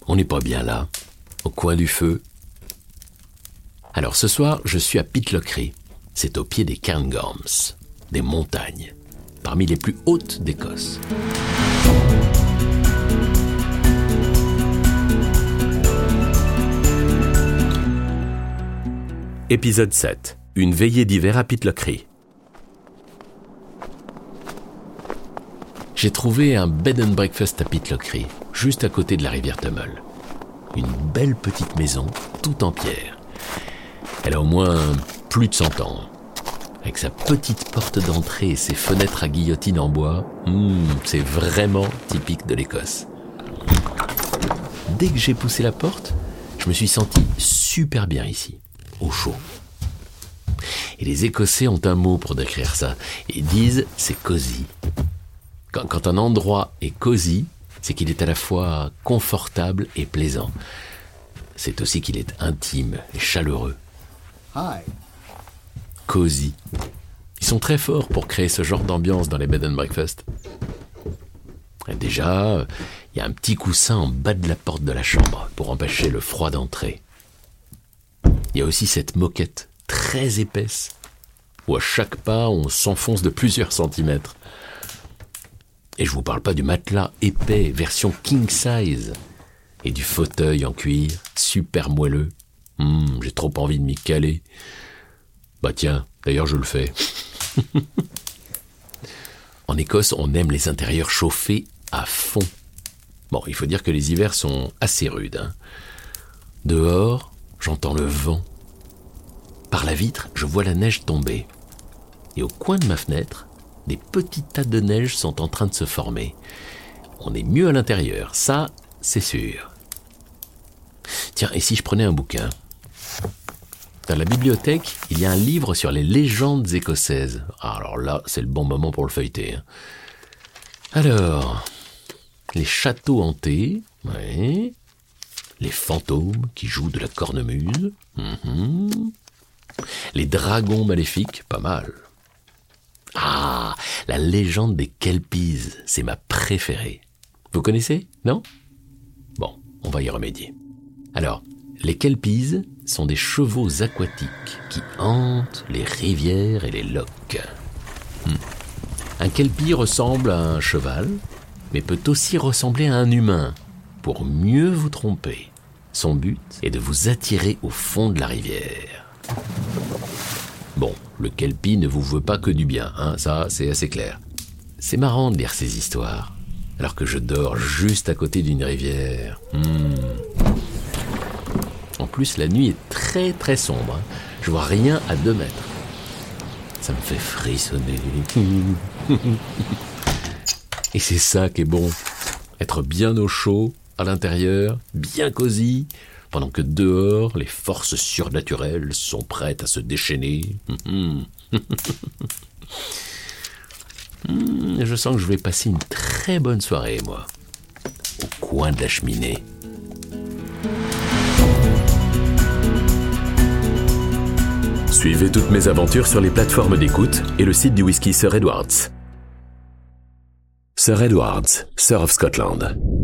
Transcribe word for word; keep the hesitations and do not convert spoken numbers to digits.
On n'est pas bien là, au coin du feu. Alors ce soir, je suis à Pitlochry. C'est au pied des Cairngorms, des montagnes, parmi les plus hautes d'Écosse. Épisode sept. Une veillée d'hiver à Pitlochry. J'ai trouvé un bed and breakfast à Pitlochry, juste à côté de la rivière Tummel. Une belle petite maison, toute en pierre. Elle a au moins plus de cent ans. Avec sa petite porte d'entrée et ses fenêtres à guillotine en bois, mmh, c'est vraiment typique de l'Écosse. Dès que j'ai poussé la porte, je me suis senti super bien ici, au chaud. Et les Écossais ont un mot pour décrire ça. Ils disent c'est cosy. Quand, quand un endroit est cosy, c'est qu'il est à la fois confortable et plaisant. C'est aussi qu'il est intime et chaleureux. Hi. Cosy. Ils sont très forts pour créer ce genre d'ambiance dans les bed and breakfast. Et déjà, il y a un petit coussin en bas de la porte de la chambre pour empêcher le froid d'entrer. Il y a aussi cette moquette très épaisse où à chaque pas on s'enfonce de plusieurs centimètres. Et je vous parle pas du matelas épais, version king size, et du fauteuil en cuir, super moelleux. Hum, j'ai trop envie de m'y caler. Bah tiens, d'ailleurs je le fais. En Écosse, on aime les intérieurs chauffés à fond. Bon, il faut dire que les hivers sont assez rudes. Hein. Dehors, j'entends le vent. Par la vitre, je vois la neige tomber. Et au coin de ma fenêtre, des petits tas de neige sont en train de se former. On est mieux à l'intérieur, ça, c'est sûr. Tiens, et si je prenais un bouquin ? Dans la bibliothèque, il y a un livre sur les légendes écossaises. Ah, alors là, c'est le bon moment pour le feuilleter. Hein. Alors, les châteaux hantés, ouais. Les fantômes qui jouent de la cornemuse, mm-hmm. Les dragons maléfiques, pas mal. Ah, la légende des Kelpies, c'est ma préférée. Vous connaissez, non ? Bon, on va y remédier. Alors, les Kelpies sont des chevaux aquatiques qui hantent les rivières et les lochs. Hmm. Un Kelpie ressemble à un cheval, mais peut aussi ressembler à un humain. Pour mieux vous tromper, son but est de vous attirer au fond de la rivière. Bon, le Kelpie ne vous veut pas que du bien, hein, ça c'est assez clair. C'est marrant de lire ces histoires, alors que je dors juste à côté d'une rivière. Hmm. En plus, la nuit est très très sombre, hein. Je vois rien à deux mètres. Ça me fait frissonner. Et c'est ça qui est bon, être bien au chaud, à l'intérieur, bien cosy, pendant que dehors, les forces surnaturelles sont prêtes à se déchaîner. Je sens que je vais passer une très bonne soirée, moi, au coin de la cheminée. Suivez toutes mes aventures sur les plateformes d'écoute et le site du whisky Sir Edwards. Sir Edwards, Sir of Scotland.